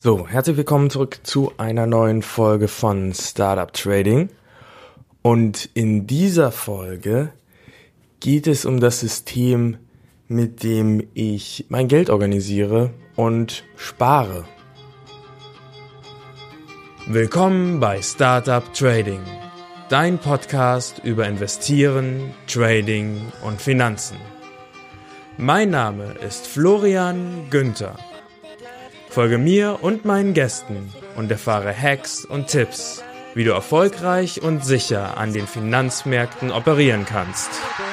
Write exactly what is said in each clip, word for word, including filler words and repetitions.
So, herzlich willkommen zurück zu einer neuen Folge von Startup Trading. Und in dieser Folge geht es um das System, mit dem ich mein Geld organisiere und spare. Willkommen bei Startup Trading, dein Podcast über Investieren, Trading und Finanzen. Mein Name ist Florian Günther. Folge mir und meinen Gästen und erfahre Hacks und Tipps, wie du erfolgreich und sicher an den Finanzmärkten operieren kannst.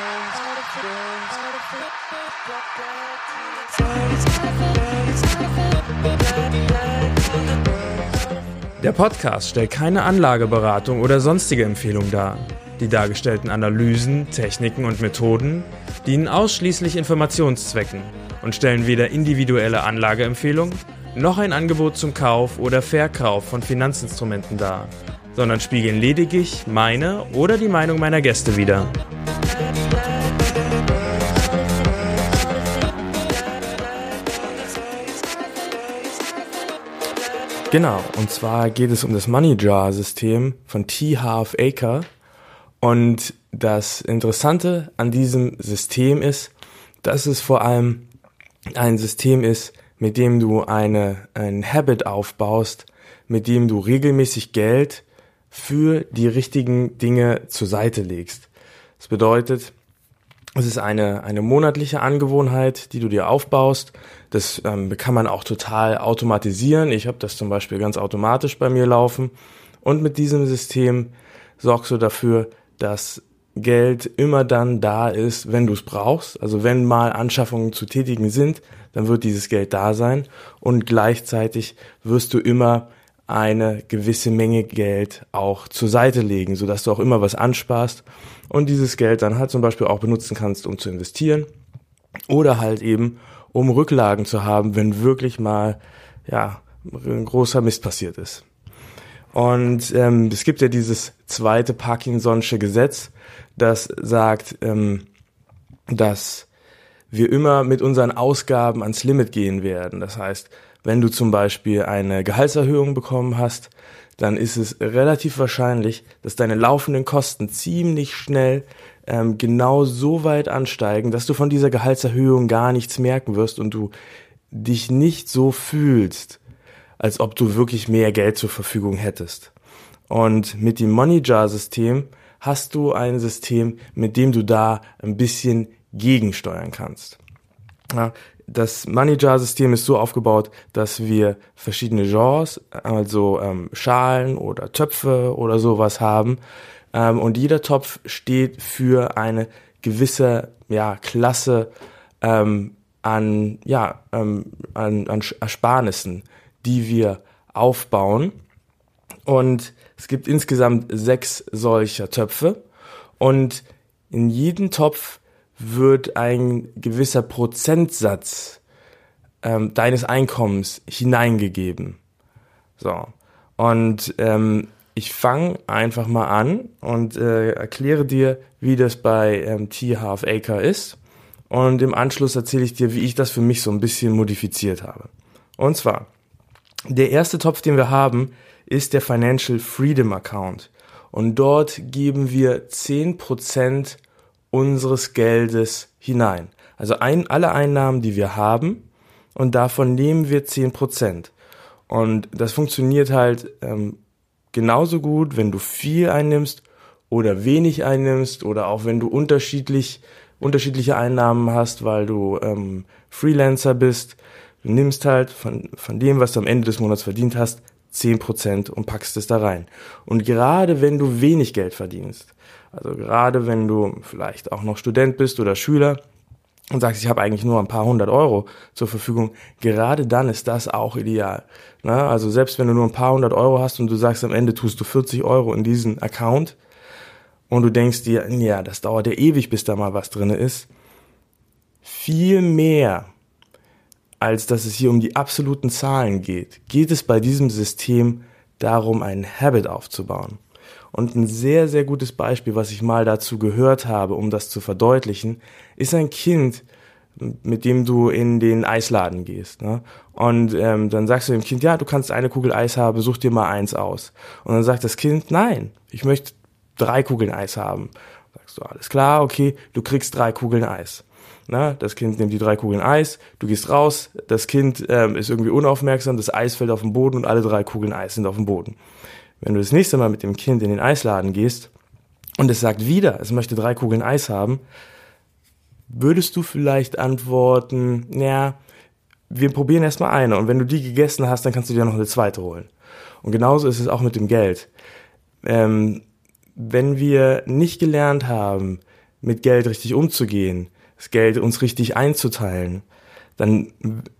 Der Podcast stellt keine Anlageberatung oder sonstige Empfehlung dar. Die dargestellten Analysen, Techniken und Methoden dienen ausschließlich Informationszwecken und stellen weder individuelle Anlageempfehlungen noch ein Angebot zum Kauf oder Verkauf von Finanzinstrumenten dar, sondern spiegeln lediglich meine oder die Meinung meiner Gäste wider. Genau, und zwar geht es um das Money Jar System von T. Harv Eker. Und das Interessante an diesem System ist, dass es vor allem ein System ist, mit dem du eine, ein Habit aufbaust, mit dem du regelmäßig Geld für die richtigen Dinge zur Seite legst. Das bedeutet, es ist eine, eine monatliche Angewohnheit, die du dir aufbaust. Das ähm, kann man auch total automatisieren. Ich habe das zum Beispiel ganz automatisch bei mir laufen. Und mit diesem System sorgst du dafür, dass Geld immer dann da ist, wenn du es brauchst. Also wenn mal Anschaffungen zu tätigen sind, dann wird dieses Geld da sein und gleichzeitig wirst du immer eine gewisse Menge Geld auch zur Seite legen, sodass du auch immer was ansparst und dieses Geld dann halt zum Beispiel auch benutzen kannst, um zu investieren oder halt eben, um Rücklagen zu haben, wenn wirklich mal ja ein großer Mist passiert ist. Und ähm, es gibt ja dieses zweite Parkinson'sche Gesetz, das sagt, ähm, dass wir immer mit unseren Ausgaben ans Limit gehen werden. Das heißt, wenn du zum Beispiel eine Gehaltserhöhung bekommen hast, dann ist es relativ wahrscheinlich, dass deine laufenden Kosten ziemlich schnell ähm, genau so weit ansteigen, dass du von dieser Gehaltserhöhung gar nichts merken wirst und du dich nicht so fühlst, als ob du wirklich mehr Geld zur Verfügung hättest. Und mit dem Money Jar System hast du ein System, mit dem du da ein bisschen gegensteuern kannst. Ja, das Money Jar System ist so aufgebaut, dass wir verschiedene Genres, also ähm, Schalen oder Töpfe oder sowas haben. Ähm, und jeder Topf steht für eine gewisse ja, Klasse ähm, an, ja, ähm, an, an Ersparnissen, die wir aufbauen. Und es gibt insgesamt sechs solcher Töpfe. Und in jeden Topf wird ein gewisser Prozentsatz ähm, deines Einkommens hineingegeben. So. Und ähm, ich fange einfach mal an und äh, erkläre dir, wie das bei ähm, T. Harv Eker ist. Und im Anschluss erzähle ich dir, wie ich das für mich so ein bisschen modifiziert habe. Und zwar, der erste Topf, den wir haben, ist der Financial Freedom Account. Und dort geben wir zehn Prozent unseres Geldes hinein. Also ein, alle Einnahmen, die wir haben, und davon nehmen wir zehn Prozent. Und das funktioniert halt ähm, genauso gut, wenn du viel einnimmst oder wenig einnimmst oder auch wenn du unterschiedlich unterschiedliche Einnahmen hast, weil du ähm, Freelancer bist. Du nimmst halt von, von dem, was du am Ende des Monats verdient hast, zehn Prozent und packst es da rein. Und gerade wenn du wenig Geld verdienst, also gerade wenn du vielleicht auch noch Student bist oder Schüler und sagst, ich habe eigentlich nur ein paar hundert Euro zur Verfügung, gerade dann ist das auch ideal. Na, also selbst wenn du nur ein paar hundert Euro hast und du sagst, am Ende tust du vierzig Euro in diesen Account und du denkst dir, ja, das dauert ja ewig, bis da mal was drin ist, viel mehr als dass es hier um die absoluten Zahlen geht, geht es bei diesem System darum, einen Habit aufzubauen. Und ein sehr, sehr gutes Beispiel, was ich mal dazu gehört habe, um das zu verdeutlichen, ist ein Kind, mit dem du in den Eisladen gehst, ne? Und ähm, dann sagst du dem Kind, ja, du kannst eine Kugel Eis haben, such dir mal eins aus. Und dann sagt das Kind, nein, ich möchte drei Kugeln Eis haben. Sagst du, alles klar, okay, du kriegst drei Kugeln Eis. Na, das Kind nimmt die drei Kugeln Eis, du gehst raus, das Kind ähm, ist irgendwie unaufmerksam, das Eis fällt auf den Boden und alle drei Kugeln Eis sind auf dem Boden. Wenn du das nächste Mal mit dem Kind in den Eisladen gehst und es sagt wieder, es möchte drei Kugeln Eis haben, würdest du vielleicht antworten, ja, wir probieren erstmal eine und wenn du die gegessen hast, dann kannst du dir noch eine zweite holen. Und genauso ist es auch mit dem Geld. Ähm, wenn wir nicht gelernt haben, mit Geld richtig umzugehen, das Geld uns richtig einzuteilen, dann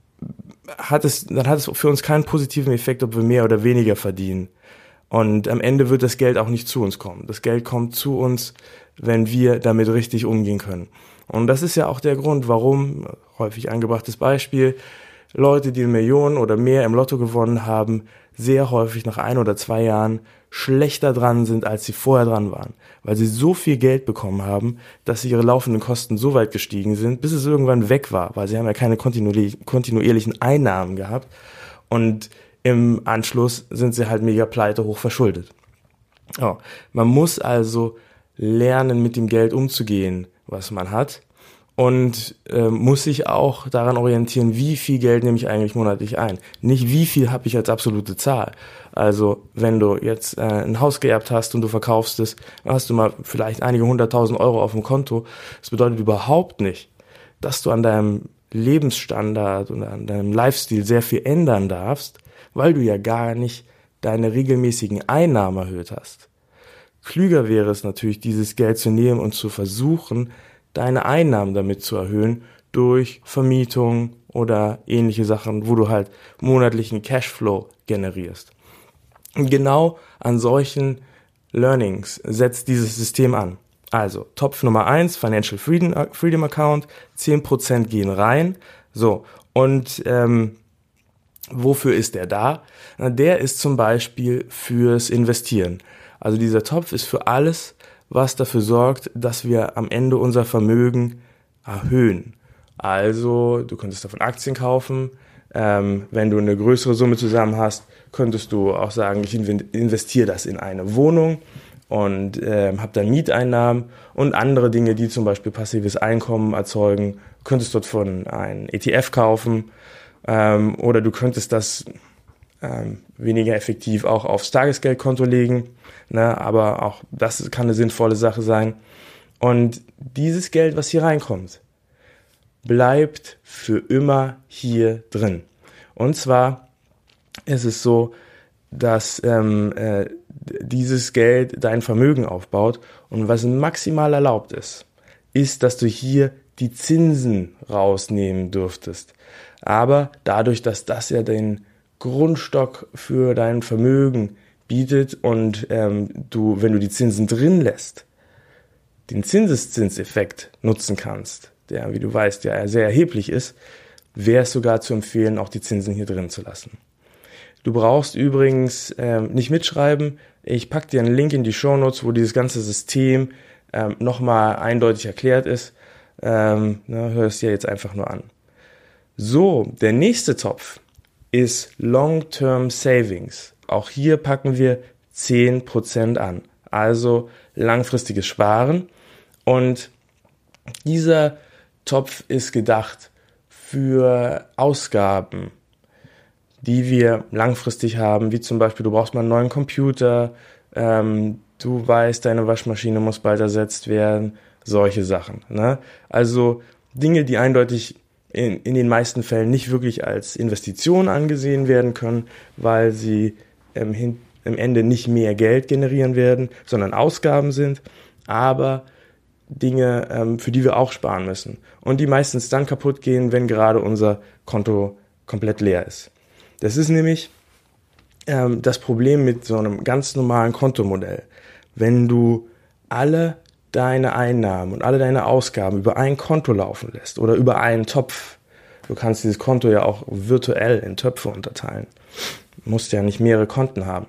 hat es, dann hat es für uns keinen positiven Effekt, ob wir mehr oder weniger verdienen. Und am Ende wird das Geld auch nicht zu uns kommen. Das Geld kommt zu uns, wenn wir damit richtig umgehen können. Und das ist ja auch der Grund, warum, häufig angebrachtes Beispiel, Leute, die Millionen oder mehr im Lotto gewonnen haben, sehr häufig nach ein oder zwei Jahren schlechter dran sind, als sie vorher dran waren. Weil sie so viel Geld bekommen haben, dass ihre laufenden Kosten so weit gestiegen sind, bis es irgendwann weg war, weil sie haben ja keine kontinuierlich, kontinuierlichen Einnahmen gehabt. Und im Anschluss sind sie halt mega pleite, hoch verschuldet. Oh, man muss also lernen, mit dem Geld umzugehen, was man hat. Und äh, muss sich auch daran orientieren, wie viel Geld nehme ich eigentlich monatlich ein. Nicht wie viel habe ich als absolute Zahl. Also wenn du jetzt äh, ein Haus geerbt hast und du verkaufst es, dann hast du mal vielleicht einige hunderttausend Euro auf dem Konto. Das bedeutet überhaupt nicht, dass du an deinem Lebensstandard und an deinem Lifestyle sehr viel ändern darfst, weil du ja gar nicht deine regelmäßigen Einnahmen erhöht hast. Klüger wäre es natürlich, dieses Geld zu nehmen und zu versuchen, deine Einnahmen damit zu erhöhen durch Vermietung oder ähnliche Sachen, wo du halt monatlichen Cashflow generierst. Und genau an solchen Learnings setzt dieses System an. Also Topf Nummer eins, Financial Freedom, Freedom Account, zehn Prozent gehen rein. So, und ähm, wofür ist der da? Na, der ist zum Beispiel fürs Investieren. Also dieser Topf ist für alles, was dafür sorgt, dass wir am Ende unser Vermögen erhöhen. Also, du könntest davon Aktien kaufen. Ähm, wenn du eine größere Summe zusammen hast, könntest du auch sagen, ich investiere das in eine Wohnung und ähm, habe dann Mieteinnahmen und andere Dinge, die zum Beispiel passives Einkommen erzeugen. Könntest dort von einem E T F kaufen ähm, oder du könntest das ähm, weniger effektiv auch aufs Tagesgeldkonto legen. Ne, aber auch das kann eine sinnvolle Sache sein. Und dieses Geld, was hier reinkommt, bleibt für immer hier drin. Und zwar ist es so, dass ähm, äh, dieses Geld dein Vermögen aufbaut. Und was maximal erlaubt ist, ist, dass du hier die Zinsen rausnehmen dürftest. Aber dadurch, dass das ja den Grundstock für dein Vermögen bietet und ähm, du, wenn du die Zinsen drin lässt, den Zinseszinseffekt nutzen kannst, der, wie du weißt, ja sehr erheblich ist, wäre es sogar zu empfehlen, auch die Zinsen hier drin zu lassen. Du brauchst übrigens ähm, nicht mitschreiben. Ich packe dir einen Link in die Shownotes, wo dieses ganze System ähm, nochmal eindeutig erklärt ist. Ähm, na, hör es dir jetzt einfach nur an. So, der nächste Topf ist Long-Term Savings. Auch hier packen wir zehn Prozent an, also langfristiges Sparen. Und dieser Topf ist gedacht für Ausgaben, die wir langfristig haben, wie zum Beispiel, du brauchst mal einen neuen Computer, ähm, du weißt, deine Waschmaschine muss bald ersetzt werden, solche Sachen. Ne? Also Dinge, die eindeutig in, in den meisten Fällen nicht wirklich als Investition angesehen werden können, weil sie im, hin, im Ende nicht mehr Geld generieren werden, sondern Ausgaben sind, aber Dinge, ähm, für die wir auch sparen müssen und die meistens dann kaputt gehen, wenn gerade unser Konto komplett leer ist. Das ist nämlich ähm, das Problem mit so einem ganz normalen Kontomodell. Wenn du alle deine Einnahmen und alle deine Ausgaben über ein Konto laufen lässt oder über einen Topf, du kannst dieses Konto ja auch virtuell in Töpfe unterteilen, du musst ja nicht mehrere Konten haben,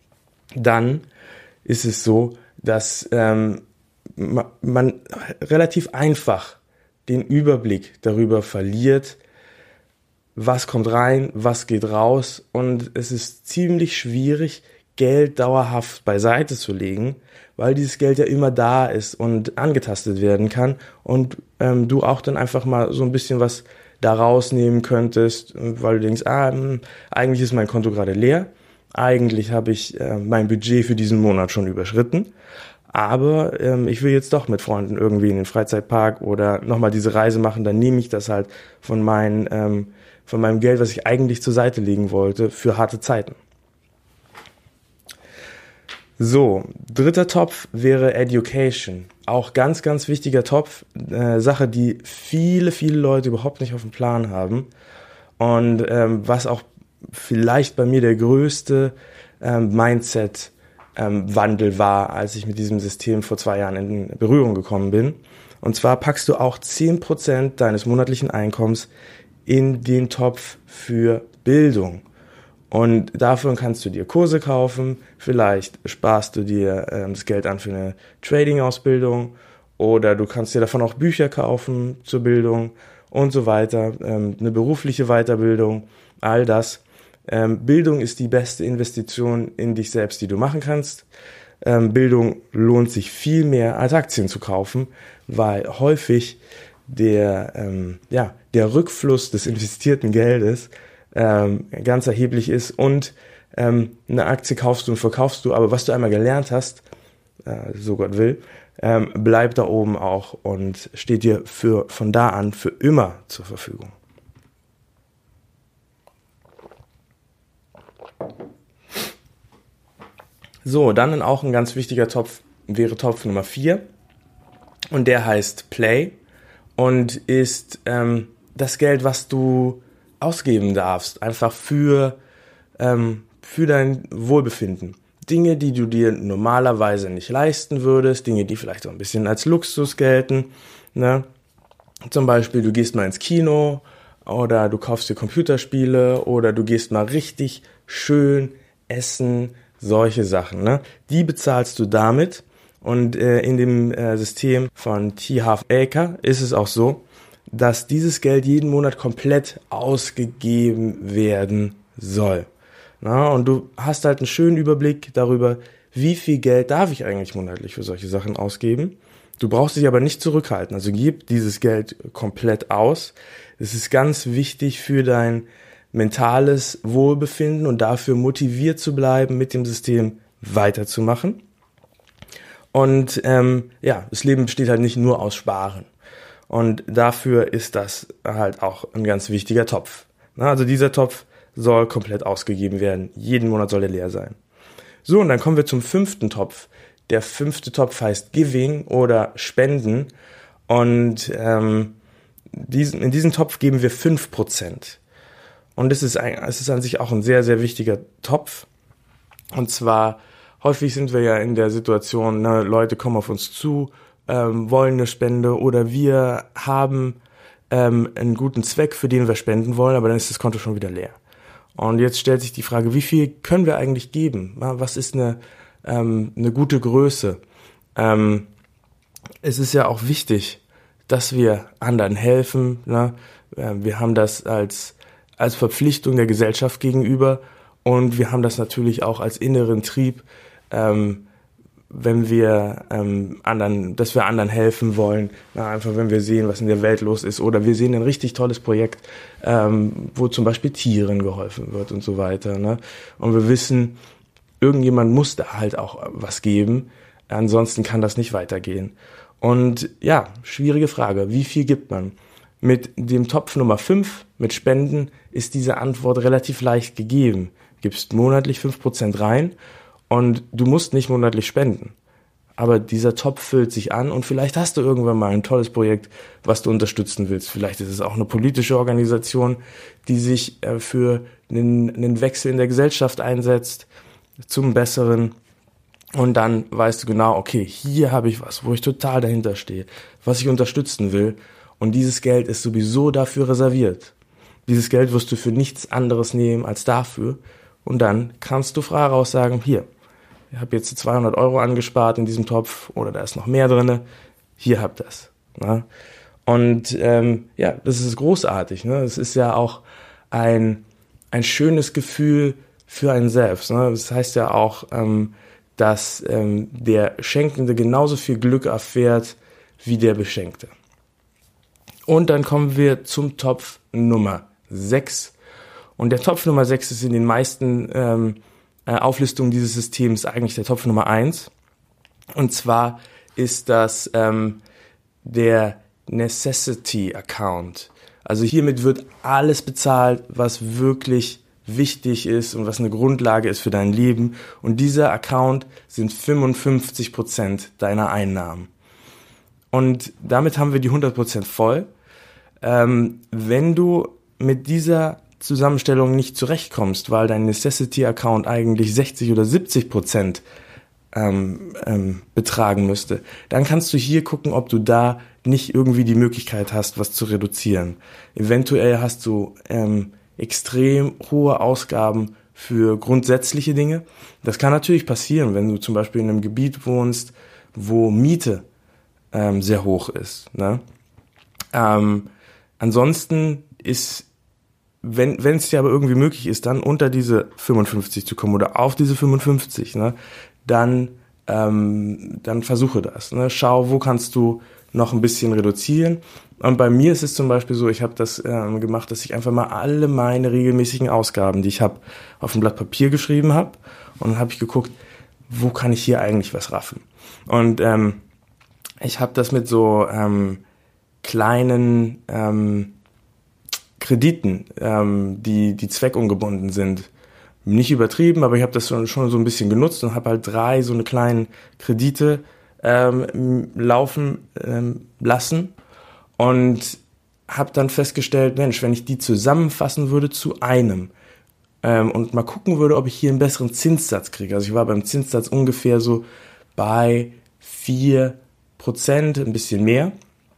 dann ist es so, dass ähm, man relativ einfach den Überblick darüber verliert, was kommt rein, was geht raus, und es ist ziemlich schwierig, Geld dauerhaft beiseite zu legen, weil dieses Geld ja immer da ist und angetastet werden kann und ähm, du auch dann einfach mal so ein bisschen was da rausnehmen könntest, weil du denkst, ah, mh, eigentlich ist mein Konto gerade leer, eigentlich habe ich äh, mein Budget für diesen Monat schon überschritten, aber ähm, ich will jetzt doch mit Freunden irgendwie in den Freizeitpark oder nochmal diese Reise machen, dann nehme ich das halt von, meinen, ähm, von meinem Geld, was ich eigentlich zur Seite legen wollte, für harte Zeiten. So, dritter Topf wäre Education. Auch ganz, ganz wichtiger Topf. Äh, Sache, die viele, viele Leute überhaupt nicht auf dem Plan haben. Und ähm, was auch vielleicht bei mir der größte ähm, Mindset-Wandel ähm, war, als ich mit diesem System vor zwei Jahren in Berührung gekommen bin. Und zwar packst du auch zehn Prozent deines monatlichen Einkommens in den Topf für Bildung. Und dafür kannst du dir Kurse kaufen, vielleicht sparst du dir ähm, das Geld an für eine Trading-Ausbildung oder du kannst dir davon auch Bücher kaufen zur Bildung und so weiter, ähm, eine berufliche Weiterbildung, all das. Ähm, Bildung ist die beste Investition in dich selbst, die du machen kannst. Ähm, Bildung lohnt sich viel mehr als Aktien zu kaufen, weil häufig der, ähm, ja, der Rückfluss des investierten Geldes Ähm, ganz erheblich ist und ähm, eine Aktie kaufst du und verkaufst du, aber was du einmal gelernt hast, äh, so Gott will, ähm, bleibt da oben auch und steht dir für von da an für immer zur Verfügung. So, dann auch ein ganz wichtiger Topf wäre Topf Nummer vier und der heißt Play und ist ähm, das Geld, was du ausgeben darfst, einfach für, ähm, für dein Wohlbefinden. Dinge, die du dir normalerweise nicht leisten würdest, Dinge, die vielleicht auch ein bisschen als Luxus gelten, ne? Zum Beispiel, du gehst mal ins Kino oder du kaufst dir Computerspiele oder du gehst mal richtig schön essen, solche Sachen, ne? Die bezahlst du damit und äh, in dem äh, System von T. Harv Eker ist es auch so, dass dieses Geld jeden Monat komplett ausgegeben werden soll. Na, und du hast halt einen schönen Überblick darüber, wie viel Geld darf ich eigentlich monatlich für solche Sachen ausgeben. Du brauchst dich aber nicht zurückhalten, also gib dieses Geld komplett aus. Es ist ganz wichtig für dein mentales Wohlbefinden und dafür motiviert zu bleiben, mit dem System weiterzumachen. Und ähm, ja, das Leben besteht halt nicht nur aus Sparen. Und dafür ist das halt auch ein ganz wichtiger Topf. Also dieser Topf soll komplett ausgegeben werden. Jeden Monat soll er leer sein. So, und dann kommen wir zum fünften Topf. Der fünfte Topf heißt Giving oder Spenden. Und ähm, diesen, in diesen Topf geben wir fünf Prozent. Und es ist, ein, es ist an sich auch ein sehr, sehr wichtiger Topf. Und zwar, häufig sind wir ja in der Situation, ne, Leute kommen auf uns zu, Ähm, wollen eine Spende oder wir haben ähm, einen guten Zweck, für den wir spenden wollen, aber dann ist das Konto schon wieder leer. Und jetzt stellt sich die Frage, wie viel können wir eigentlich geben? Was ist eine, ähm, eine gute Größe? Ähm, es ist ja auch wichtig, dass wir anderen helfen. Ne? Wir haben das als, als Verpflichtung der Gesellschaft gegenüber und wir haben das natürlich auch als inneren Trieb, ähm, wenn wir ähm, anderen, dass wir anderen helfen wollen, na, einfach wenn wir sehen, was in der Welt los ist, oder wir sehen ein richtig tolles Projekt, ähm, wo zum Beispiel Tieren geholfen wird und so weiter, ne? Und wir wissen, irgendjemand muss da halt auch was geben, ansonsten kann das nicht weitergehen. Und ja, schwierige Frage, wie viel gibt man? Mit dem Topf Nummer fünf, mit Spenden, ist diese Antwort relativ leicht gegeben. Gibst monatlich fünf Prozent rein, und du musst nicht monatlich spenden. Aber dieser Topf füllt sich an und vielleicht hast du irgendwann mal ein tolles Projekt, was du unterstützen willst. Vielleicht ist es auch eine politische Organisation, die sich äh, für einen, einen Wechsel in der Gesellschaft einsetzt, zum Besseren. Und dann weißt du genau, okay, hier habe ich was, wo ich total dahinter stehe, was ich unterstützen will. Und dieses Geld ist sowieso dafür reserviert. Dieses Geld wirst du für nichts anderes nehmen als dafür. Und dann kannst du frei raus sagen, hier, ich habe jetzt zweihundert Euro angespart in diesem Topf oder da ist noch mehr drin, hier habt das. Ne? Und ähm, ja, das ist großartig. Ne? Es ist ja auch ein, ein schönes Gefühl für einen selbst. Ne? Das heißt ja auch, ähm, dass ähm, der Schenkende genauso viel Glück erfährt wie der Beschenkte. Und dann kommen wir zum Topf Nummer sechs. Und der Topf Nummer sechs ist in den meisten ähm, äh, Auflistungen dieses Systems eigentlich der Topf Nummer eins. Und zwar ist das ähm, der Necessity Account. Also hiermit wird alles bezahlt, was wirklich wichtig ist und was eine Grundlage ist für dein Leben. Und dieser Account sind fünfundfünfzig Prozent deiner Einnahmen. Und damit haben wir die hundert Prozent voll. Ähm, wenn du mit dieser Zusammenstellung nicht zurechtkommst, weil dein Necessity-Account eigentlich sechzig oder siebzig Prozent ähm, ähm, betragen müsste, dann kannst du hier gucken, ob du da nicht irgendwie die Möglichkeit hast, was zu reduzieren. Eventuell hast du ähm, extrem hohe Ausgaben für grundsätzliche Dinge. Das kann natürlich passieren, wenn du zum Beispiel in einem Gebiet wohnst, wo Miete ähm, sehr hoch ist. Ne? Ähm, ansonsten ist, wenn wenn es dir aber irgendwie möglich ist, dann unter diese fünfundfünfzig zu kommen oder auf diese fünfundfünfzig, ne, dann ähm, dann versuche das. Ne? Schau, wo kannst du noch ein bisschen reduzieren. Und bei mir ist es zum Beispiel so, ich habe das ähm, gemacht, dass ich einfach mal alle meine regelmäßigen Ausgaben, die ich habe, auf ein Blatt Papier geschrieben habe. Und dann habe ich geguckt, wo kann ich hier eigentlich was raffen. Und ähm, ich habe das mit so ähm, kleinen ähm, Krediten, ähm, die die zweckungebunden sind, nicht übertrieben, aber ich habe das schon, schon so ein bisschen genutzt und habe halt drei so eine kleinen Kredite ähm, laufen ähm, lassen und habe dann festgestellt, Mensch, wenn ich die zusammenfassen würde zu einem ähm, und mal gucken würde, ob ich hier einen besseren Zinssatz kriege. Also ich war beim Zinssatz ungefähr so bei vier Prozent, ein bisschen mehr.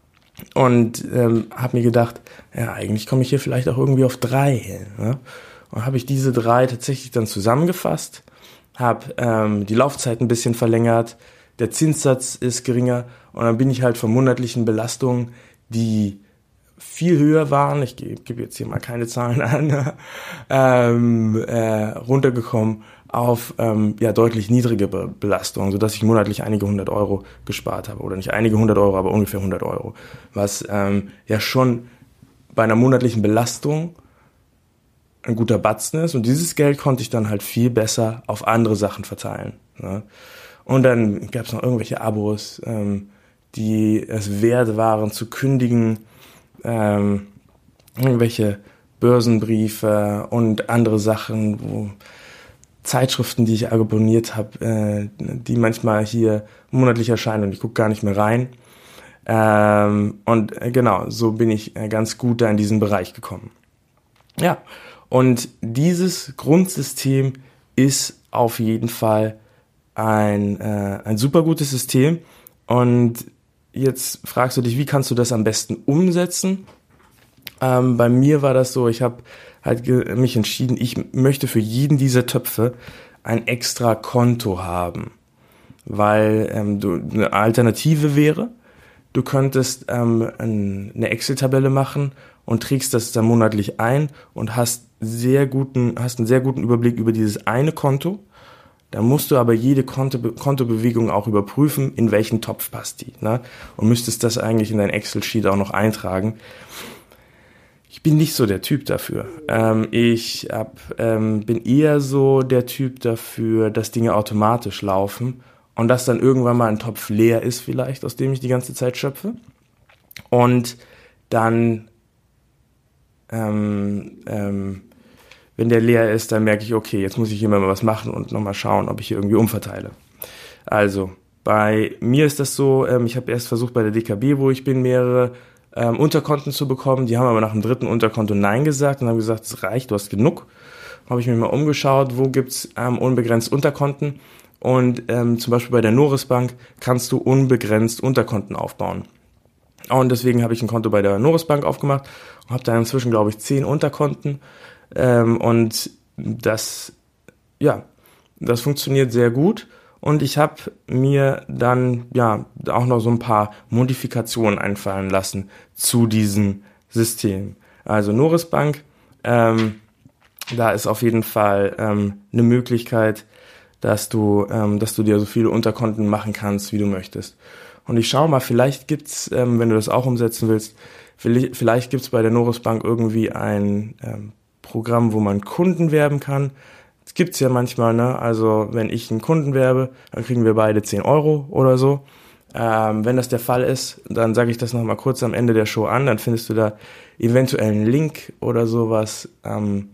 Und ähm, habe mir gedacht, ja, eigentlich komme ich hier vielleicht auch irgendwie auf drei hin. Ne? Und habe ich diese drei tatsächlich dann zusammengefasst, habe ähm, die Laufzeit ein bisschen verlängert, der Zinssatz ist geringer und dann bin ich halt von monatlichen Belastungen, die viel höher waren, ich gebe geb jetzt hier mal keine Zahlen an, ähm, äh, runtergekommen auf ähm, ja deutlich niedrige Be- Belastungen, sodass ich monatlich einige hundert Euro gespart habe. Oder nicht einige hundert Euro, aber ungefähr hundert Euro. Was ähm, ja schon bei einer monatlichen Belastung ein guter Batzen ist. Und dieses Geld konnte ich dann halt viel besser auf andere Sachen verteilen. Ne? Und dann gab es noch irgendwelche Abos, ähm, die es wert waren zu kündigen, ähm, irgendwelche Börsenbriefe und andere Sachen, wo Zeitschriften, die ich abonniert habe, äh, die manchmal hier monatlich erscheinen und ich gucke gar nicht mehr rein. Ähm, und äh, genau, so bin ich äh, ganz gut da in diesen Bereich gekommen. Ja, und dieses Grundsystem ist auf jeden Fall ein, äh, ein super gutes System. Und jetzt fragst du dich, wie kannst du das am besten umsetzen? Ähm, bei mir war das so, ich habe halt ge- mich entschieden, ich möchte für jeden dieser Töpfe ein extra Konto haben, weil ähm, du, eine Alternative wäre, du könntest ähm, ein, eine Excel-Tabelle machen und trägst das dann monatlich ein und hast sehr guten, hast einen sehr guten Überblick über dieses eine Konto. Dann musst du aber jede Konto, Kontobewegung auch überprüfen, in welchen Topf passt die, ne? Und müsstest das eigentlich in dein Excel-Sheet auch noch eintragen. Ich bin nicht so der Typ dafür. Ähm, ich hab, ähm, bin eher so der Typ dafür, dass Dinge automatisch laufen und dass dann irgendwann mal ein Topf leer ist vielleicht, aus dem ich die ganze Zeit schöpfe. Und dann, ähm, ähm, wenn der leer ist, dann merke ich, okay, jetzt muss ich hier mal was machen und nochmal schauen, ob ich hier irgendwie umverteile. Also, bei mir ist das so, ähm, ich habe erst versucht bei der D K B, wo ich bin, mehrere ähm, Unterkonten zu bekommen. Die haben aber nach dem dritten Unterkonto Nein gesagt und haben gesagt, es reicht, du hast genug. Habe ich mir mal umgeschaut, wo gibt's ähm, unbegrenzt Unterkonten. Und ähm, zum Beispiel bei der Noris Bank kannst du unbegrenzt Unterkonten aufbauen. Und deswegen habe ich ein Konto bei der Noris Bank aufgemacht und habe da inzwischen, glaube ich, zehn Unterkonten. Ähm, und das, ja, das funktioniert sehr gut. Und ich habe mir dann ja auch noch so ein paar Modifikationen einfallen lassen zu diesem System. Also Norisbank, ähm, da ist auf jeden Fall ähm, eine Möglichkeit, dass du, ähm, dass du dir so viele Unterkonten machen kannst, wie du möchtest. Und ich schaue mal, vielleicht gibt's, ähm, wenn du das auch umsetzen willst, vielleicht, vielleicht gibt's bei der Norisbank irgendwie ein ähm, Programm, wo man Kunden werben kann. Das gibt's ja manchmal, ne? Also wenn ich einen Kunden werbe, dann kriegen wir beide zehn Euro oder so. Ähm, wenn das der Fall ist, dann sage ich das nochmal kurz am Ende der Show an, dann findest du da eventuell einen Link oder sowas ähm,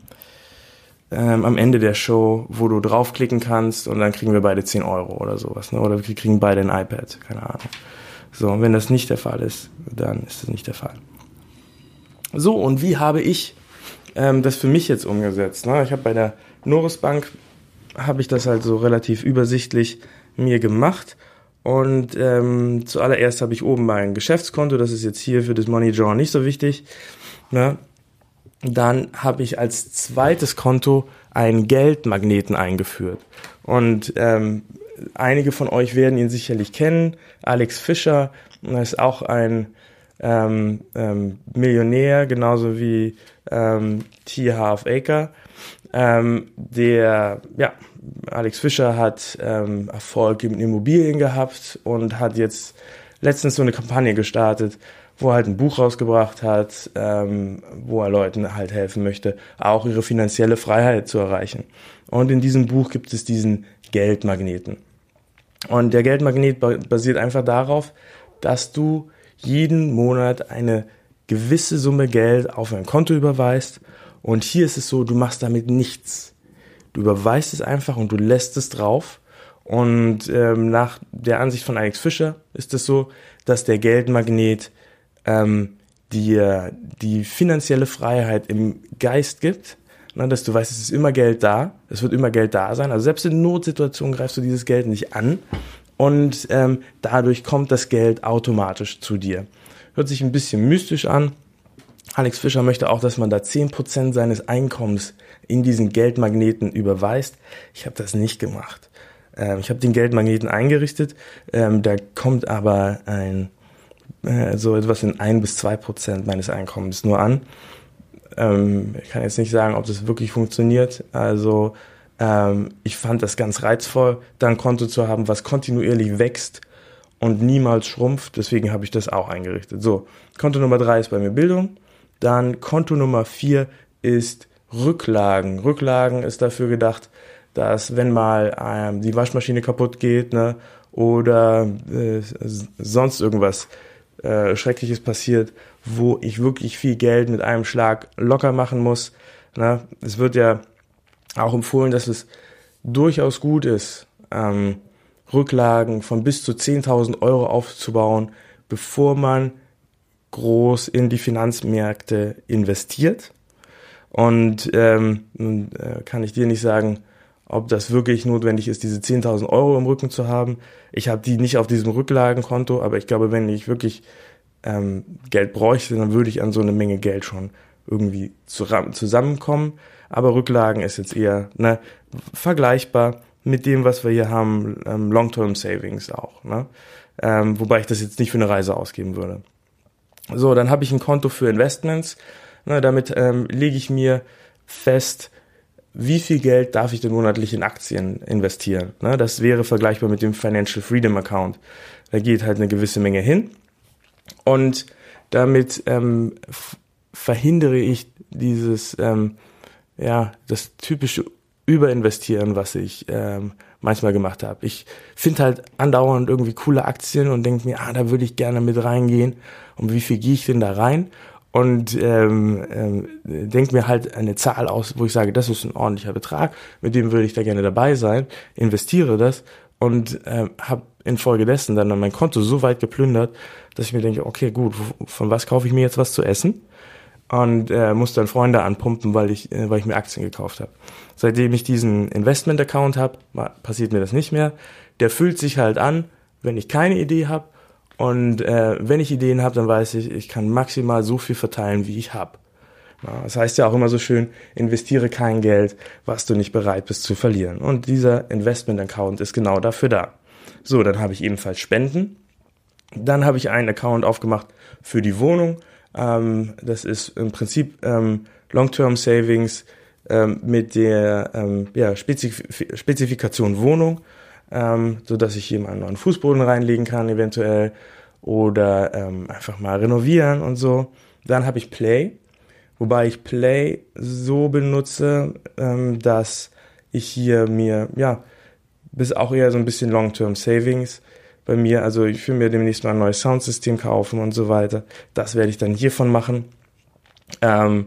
ähm, am Ende der Show, wo du draufklicken kannst und dann kriegen wir beide zehn Euro oder sowas, ne? Oder wir kriegen beide ein iPad, keine Ahnung. So, und wenn das nicht der Fall ist, dann ist das nicht der Fall. So, und wie habe ich ähm, das für mich jetzt umgesetzt? Ne? Ich habe bei der Norisbank, habe ich das halt so relativ übersichtlich mir gemacht. Und ähm, zuallererst habe ich oben mein Geschäftskonto, das ist jetzt hier für das Money Jar nicht so wichtig. Ne? Dann habe ich als zweites Konto einen Geldmagneten eingeführt. Und ähm, einige von euch werden ihn sicherlich kennen. Alex Fischer ist auch ein ähm, ähm, Millionär, genauso wie ähm, T. Harv Eker. Ähm, der, ja, Alex Fischer hat ähm, Erfolg in Immobilien gehabt und hat jetzt letztens so eine Kampagne gestartet, wo er halt ein Buch rausgebracht hat, ähm, wo er Leuten halt helfen möchte, auch ihre finanzielle Freiheit zu erreichen. Und in diesem Buch gibt es diesen Geldmagneten. Und der Geldmagnet basiert einfach darauf, dass du jeden Monat eine gewisse Summe Geld auf ein Konto überweist. Und hier ist es so, du machst damit nichts. Du überweist es einfach und du lässt es drauf. Und ähm, nach der Ansicht von Alex Fischer ist es so, dass der Geldmagnet ähm, dir die finanzielle Freiheit im Geist gibt, ne, dass du weißt, es ist immer Geld da, es wird immer Geld da sein. Also selbst in Notsituationen greifst du dieses Geld nicht an und ähm, dadurch kommt das Geld automatisch zu dir. Hört sich ein bisschen mystisch an. Alex Fischer möchte auch, dass man da zehn Prozent seines Einkommens in diesen Geldmagneten überweist. Ich habe das nicht gemacht. Ähm, ich habe den Geldmagneten eingerichtet, ähm, da kommt aber ein äh, so etwas in ein bis zwei Prozent meines Einkommens nur an. Ähm, ich kann jetzt nicht sagen, ob das wirklich funktioniert. Also ähm, ich fand das ganz reizvoll, da ein Konto zu haben, was kontinuierlich wächst und niemals schrumpft. Deswegen habe ich das auch eingerichtet. So, Konto Nummer drei ist bei mir Bildung. Dann Konto Nummer vier ist Rücklagen. Rücklagen ist dafür gedacht, dass wenn mal ähm, die Waschmaschine kaputt geht, ne, oder äh, sonst irgendwas äh, Schreckliches passiert, wo ich wirklich viel Geld mit einem Schlag locker machen muss. Ne. Es wird ja auch empfohlen, dass es durchaus gut ist, ähm, Rücklagen von bis zu zehntausend Euro aufzubauen, bevor man groß in die Finanzmärkte investiert. Und ähm, äh, kann ich dir nicht sagen, ob das wirklich notwendig ist, diese zehntausend Euro im Rücken zu haben. Ich habe die nicht auf diesem Rücklagenkonto, aber ich glaube, wenn ich wirklich ähm, Geld bräuchte, dann würde ich an so eine Menge Geld schon irgendwie zusammenkommen. Aber Rücklagen ist jetzt eher ne, vergleichbar mit dem, was wir hier haben, ähm, Long-Term Savings auch. Ne? Ähm, wobei ich das jetzt nicht für eine Reise ausgeben würde. So, dann habe ich ein Konto für Investments. Ne, damit ähm, lege ich mir fest, wie viel Geld darf ich denn monatlich in Aktien investieren. Ne, das wäre vergleichbar mit dem Financial Freedom Account. Da geht halt eine gewisse Menge hin. Und damit ähm, f- verhindere ich dieses, ähm, ja, das typische Überinvestieren, was ich ähm, manchmal gemacht habe. Ich finde halt andauernd irgendwie coole Aktien und denke mir, ah, da würde ich gerne mit reingehen. Und wie viel gehe ich denn da rein? Und ähm, ähm, denke mir halt eine Zahl aus, wo ich sage, das ist ein ordentlicher Betrag, mit dem würde ich da gerne dabei sein, investiere das und ähm, habe infolgedessen dann mein Konto so weit geplündert, dass ich mir denke, okay, gut, von was kaufe ich mir jetzt was zu essen? Und äh, muss dann Freunde anpumpen, weil ich, äh, weil ich mir Aktien gekauft habe. Seitdem ich diesen Investment-Account habe, passiert mir das nicht mehr. Der füllt sich halt an, wenn ich keine Idee habe. Und äh, wenn ich Ideen habe, dann weiß ich, ich kann maximal so viel verteilen, wie ich habe. Ja, das heißt ja auch immer so schön, investiere kein Geld, was du nicht bereit bist zu verlieren. Und dieser Investment-Account ist genau dafür da. So, dann habe ich ebenfalls Spenden. Dann habe ich einen Account aufgemacht für die Wohnung. Ähm, das ist im Prinzip ähm, Long-Term Savings ähm, mit der ähm, ja, Spezif- Spezifikation Wohnung, ähm, so dass ich hier mal einen neuen Fußboden reinlegen kann eventuell oder ähm, einfach mal renovieren und so. Dann habe ich Play, wobei ich Play so benutze, ähm, dass ich hier mir, ja, bis auch eher so ein bisschen Long-Term Savings bei mir, also ich will mir demnächst mal ein neues Soundsystem kaufen und so weiter. Das werde ich dann hiervon machen. Ähm,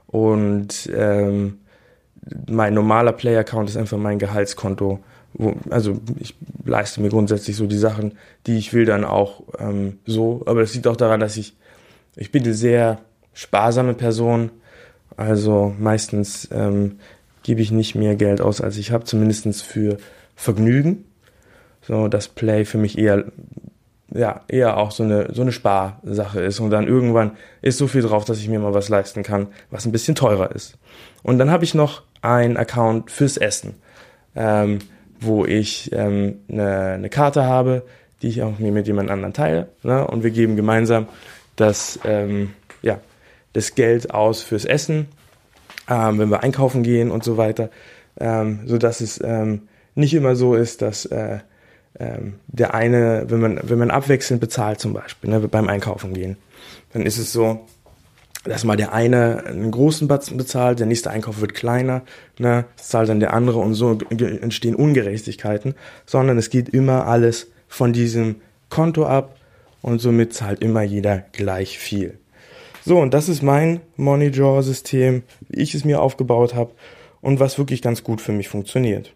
und ähm, mein normaler Play-Account ist einfach mein Gehaltskonto. Wo, also ich leiste mir grundsätzlich so die Sachen, die ich will, dann auch ähm, so. Aber das liegt auch daran, dass ich, ich bin eine sehr sparsame Person. Also meistens ähm, gebe ich nicht mehr Geld aus, als ich habe, zumindest für Vergnügen. So, dass Play für mich eher, ja, eher auch so eine, so eine Sparsache ist. Und dann irgendwann ist so viel drauf, dass ich mir mal was leisten kann, was ein bisschen teurer ist. Und dann habe ich noch einen Account fürs Essen, ähm, wo ich ähm, eine, eine Karte habe, die ich auch mir mit jemand anderem teile. Ne? Und wir geben gemeinsam das, ähm, ja, das Geld aus fürs Essen, ähm, wenn wir einkaufen gehen und so weiter. Ähm, so dass es ähm, nicht immer so ist, dass äh, ähm, der eine, wenn man wenn man abwechselnd bezahlt zum Beispiel, ne, beim Einkaufen gehen, dann ist es so, dass mal der eine einen großen Batzen bezahlt, der nächste Einkauf wird kleiner, ne, das zahlt dann der andere und so entstehen Ungerechtigkeiten, sondern es geht immer alles von diesem Konto ab und somit zahlt immer jeder gleich viel. So, und das ist mein Money-Draw-System, wie ich es mir aufgebaut habe und was wirklich ganz gut für mich funktioniert.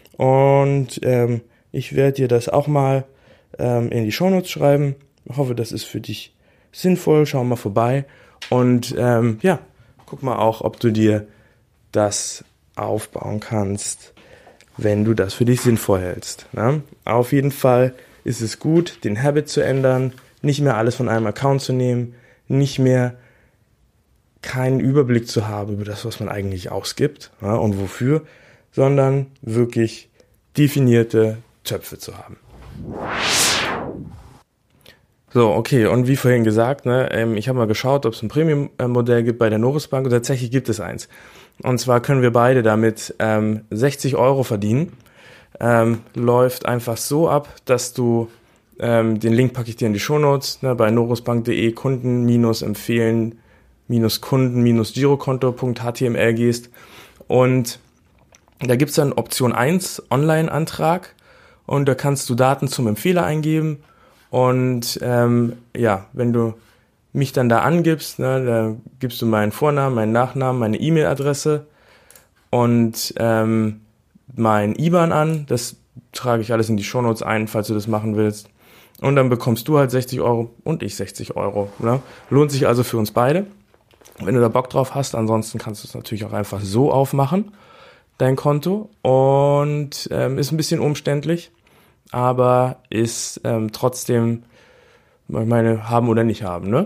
Und ähm, ich werde dir das auch mal ähm, in die Shownotes schreiben. Ich hoffe, das ist für dich sinnvoll. Schau mal vorbei. Und ähm, ja, guck mal auch, ob du dir das aufbauen kannst, wenn du das für dich sinnvoll hältst. Ne? Auf jeden Fall ist es gut, den Habit zu ändern, nicht mehr alles von einem Account zu nehmen, nicht mehr keinen Überblick zu haben über das, was man eigentlich ausgibt, ja, und wofür, sondern wirklich definierte Töpfe zu haben. So, okay, und wie vorhin gesagt, ne, ähm, ich habe mal geschaut, ob es ein Premium-Modell gibt bei der Noris Bank und tatsächlich gibt es eins. Und zwar können wir beide damit ähm, sechzig Euro verdienen. Ähm, läuft einfach so ab, dass du, ähm, den Link packe ich dir in die Shownotes, ne, bei norisbank.de Kunden minus empfehlen minus Kunden minus Girokonto Punkt H T M L gehst und da gibt's dann Option eins, Online-Antrag, und da kannst du Daten zum Empfehler eingeben und ähm, ja, wenn du mich dann da angibst, ne, da gibst du meinen Vornamen, meinen Nachnamen, meine E-Mail-Adresse und ähm, mein I B A N an, das trage ich alles in die Shownotes ein, falls du das machen willst, und dann bekommst du halt sechzig Euro und ich sechzig Euro. Ne? Lohnt sich also für uns beide, wenn du da Bock drauf hast. Ansonsten kannst du es natürlich auch einfach so aufmachen, dein Konto, und ähm, ist ein bisschen umständlich, aber ist ähm, trotzdem, ich meine, haben oder nicht haben, ne?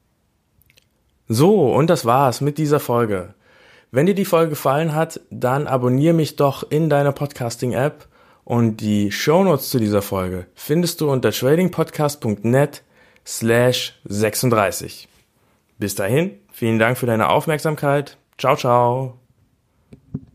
So, und das war's mit dieser Folge. Wenn dir die Folge gefallen hat, dann abonniere mich doch in deiner Podcasting-App, und die Shownotes zu dieser Folge findest du unter tradingpodcast.net slash 36. Bis dahin, vielen Dank für deine Aufmerksamkeit. Ciao, ciao.